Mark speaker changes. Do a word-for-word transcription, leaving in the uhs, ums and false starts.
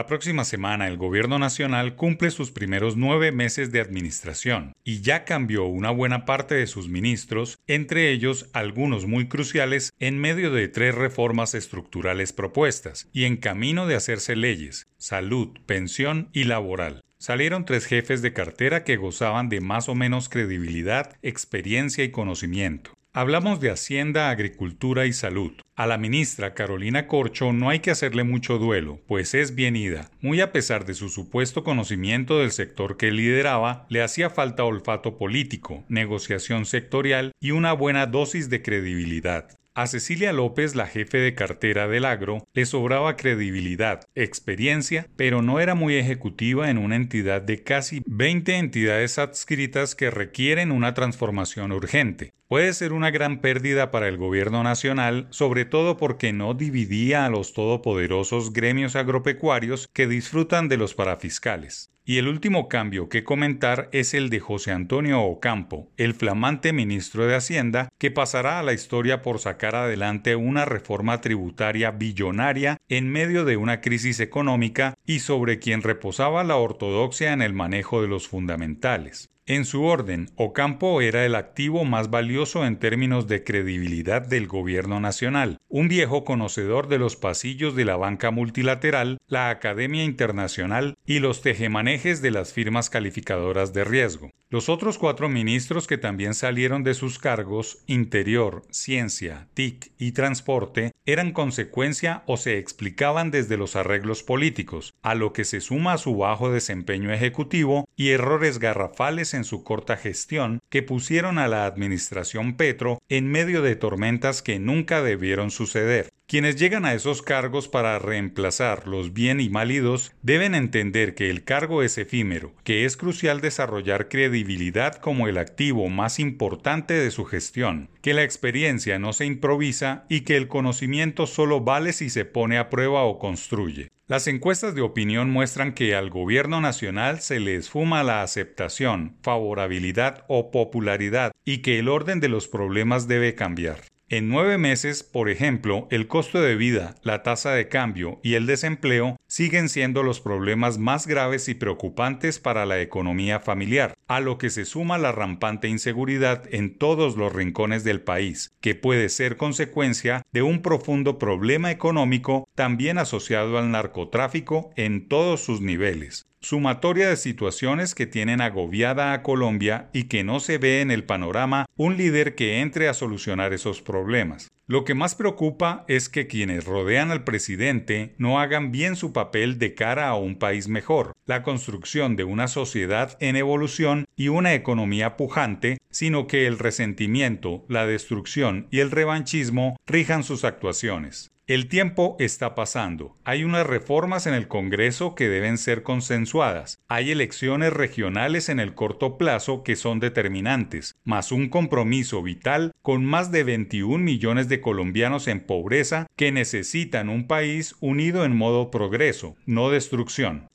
Speaker 1: La próxima semana el Gobierno Nacional cumple sus primeros nueve meses de administración y ya cambió una buena parte de sus ministros, entre ellos algunos muy cruciales en medio de tres reformas estructurales propuestas y en camino de hacerse leyes: salud, pensión y laboral. Salieron tres jefes de cartera que gozaban de más o menos credibilidad, experiencia y conocimiento. Hablamos de Hacienda, Agricultura y Salud. A la ministra Carolina Corcho no hay que hacerle mucho duelo, pues es bien ida. Muy a pesar de su supuesto conocimiento del sector que lideraba, le hacía falta olfato político, negociación sectorial y una buena dosis de credibilidad. A Cecilia López, la jefe de cartera del agro, le sobraba credibilidad, experiencia, pero no era muy ejecutiva en una entidad de casi veinte entidades adscritas que requieren una transformación urgente. Puede ser una gran pérdida para el gobierno nacional, sobre todo porque no dividía a los todopoderosos gremios agropecuarios que disfrutan de los parafiscales. Y el último cambio que comentar es el de José Antonio Ocampo, el flamante ministro de Hacienda, que pasará a la historia por sacar adelante una reforma tributaria billonaria en medio de una crisis económica y sobre quien reposaba la ortodoxia en el manejo de los fundamentales. En su orden, Ocampo era el activo más valioso en términos de credibilidad del gobierno nacional, un viejo conocedor de los pasillos de la banca multilateral, la Academia Internacional y los tejemanejes de las firmas calificadoras de riesgo. Los otros cuatro ministros que también salieron de sus cargos, Interior, Ciencia, T I C y Transporte, eran consecuencia o se explicaban desde los arreglos políticos, a lo que se suma su bajo desempeño ejecutivo y errores garrafales en su corta gestión que pusieron a la administración Petro en medio de tormentas que nunca debieron suceder. Quienes llegan a esos cargos para reemplazar los bien y mal idos deben entender que el cargo es efímero, que es crucial desarrollar credibilidad como el activo más importante de su gestión, que la experiencia no se improvisa y que el conocimiento solo vale si se pone a prueba o construye. Las encuestas de opinión muestran que al gobierno nacional se le esfuma la aceptación, favorabilidad o popularidad y que el orden de los problemas debe cambiar. En nueve meses, por ejemplo, el costo de vida, la tasa de cambio y el desempleo siguen siendo los problemas más graves y preocupantes para la economía familiar, a lo que se suma la rampante inseguridad en todos los rincones del país, que puede ser consecuencia de un profundo problema económico también asociado al narcotráfico en todos sus niveles. Sumatoria de situaciones que tienen agobiada a Colombia y que no se ve en el panorama un líder que entre a solucionar esos problemas. Lo que más preocupa es que quienes rodean al presidente no hagan bien su papel de cara a un país mejor, la construcción de una sociedad en evolución y una economía pujante, sino que el resentimiento, la destrucción y el revanchismo rijan sus actuaciones. El tiempo está pasando. Hay unas reformas en el Congreso que deben ser consensuadas. Hay elecciones regionales en el corto plazo que son determinantes, más un compromiso vital con más de veintiún millones de colombianos en pobreza que necesitan un país unido en modo progreso, no destrucción.